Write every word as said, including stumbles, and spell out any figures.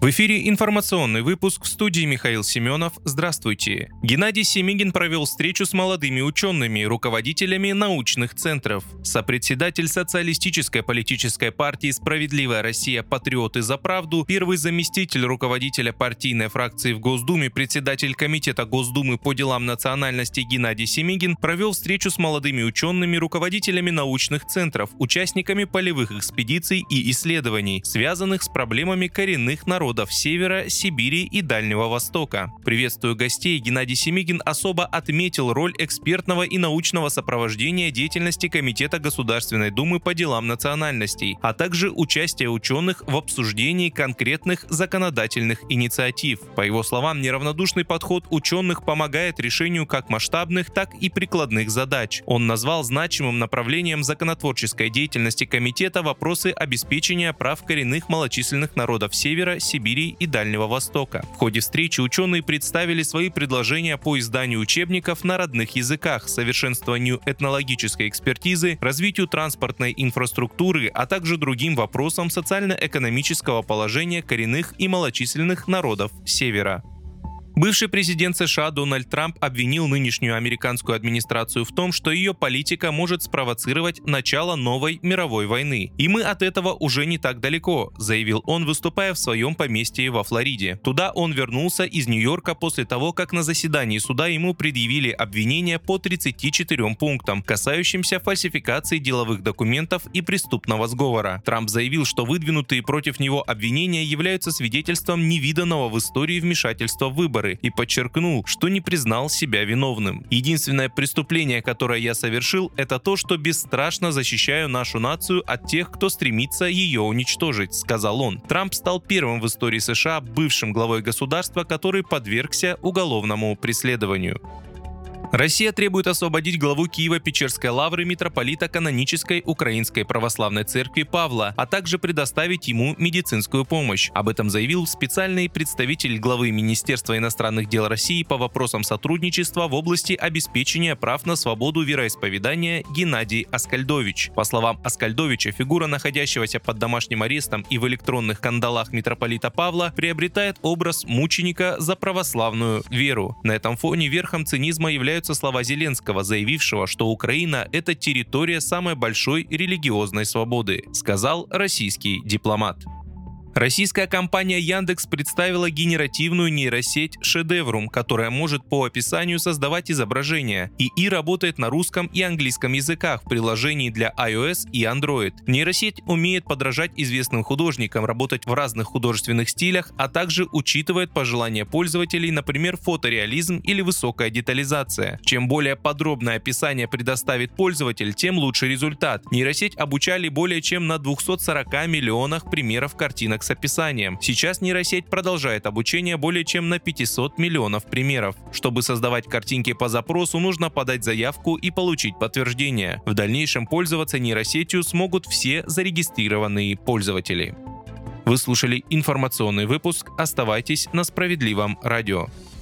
В эфире информационный выпуск, в студии Михаил Семенов. Здравствуйте. Геннадий Семигин провел встречу с молодыми учеными, руководителями научных центров. Сопредседатель социалистической политической партии «Справедливая Россия. Патриоты за правду», первый заместитель руководителя партийной фракции в Госдуме, председатель комитета Госдумы по делам национальности Геннадий Семигин провел встречу с молодыми учеными, руководителями научных центров, участниками полевых экспедиций и исследований, связанных с проблемами коренных народов Севера, Сибири и Дальнего Востока. Приветствуя гостей, Геннадий Семигин особо отметил роль экспертного и научного сопровождения деятельности Комитета Государственной Думы по делам национальностей, а также участие ученых в обсуждении конкретных законодательных инициатив. По его словам, неравнодушный подход ученых помогает решению как масштабных, так и прикладных задач. Он назвал значимым направлением законотворческой деятельности комитета вопросы обеспечения прав коренных малочисленных народов Севера, Сибири и Дальнего Востока. В ходе встречи ученые представили свои предложения по изданию учебников на родных языках, совершенствованию этнологической экспертизы, развитию транспортной инфраструктуры, а также другим вопросам социально-экономического положения коренных и малочисленных народов Севера. Бывший президент США Дональд Трамп обвинил нынешнюю американскую администрацию в том, что ее политика может спровоцировать начало новой мировой войны. «И мы от этого уже не так далеко», — заявил он, выступая в своем поместье во Флориде. Туда он вернулся из Нью-Йорка после того, как на заседании суда ему предъявили обвинения по тридцати четырем пунктам, касающимся фальсификации деловых документов и преступного сговора. Трамп заявил, что выдвинутые против него обвинения являются свидетельством невиданного в истории вмешательства в выборы, и подчеркнул, что не признал себя виновным. «Единственное преступление, которое я совершил, это то, что бесстрашно защищаю нашу нацию от тех, кто стремится ее уничтожить», — сказал он. Трамп стал первым в истории США бывшим главой государства, который подвергся уголовному преследованию. Россия требует освободить главу Киево-Печерской лавры митрополита канонической Украинской Православной Церкви Павла, а также предоставить ему медицинскую помощь. Об этом заявил специальный представитель главы Министерства иностранных дел России по вопросам сотрудничества в области обеспечения прав на свободу вероисповедания Геннадий Аскальдович. По словам Аскальдовича, фигура, находящегося под домашним арестом и в электронных кандалах митрополита Павла, приобретает образ мученика за православную веру. На этом фоне верхом цинизма являются слова Зеленского, заявившего, что Украина – это территория самой большой религиозной свободы, сказал российский дипломат. Российская компания Яндекс представила генеративную нейросеть Шедеврум, которая может по описанию создавать изображения. ИИ работает на русском и английском языках в приложении для iOS и Android. Нейросеть умеет подражать известным художникам, работать в разных художественных стилях, а также учитывает пожелания пользователей, например, фотореализм или высокая детализация. Чем более подробное описание предоставит пользователь, тем лучше результат. Нейросеть обучали более чем на двухстах сорока миллионах примеров картинок с описанием. Сейчас нейросеть продолжает обучение более чем на пятисот миллионов примеров. Чтобы создавать картинки по запросу, нужно подать заявку и получить подтверждение. В дальнейшем пользоваться нейросетью смогут все зарегистрированные пользователи. Вы слушали информационный выпуск. Оставайтесь на Справедливом радио.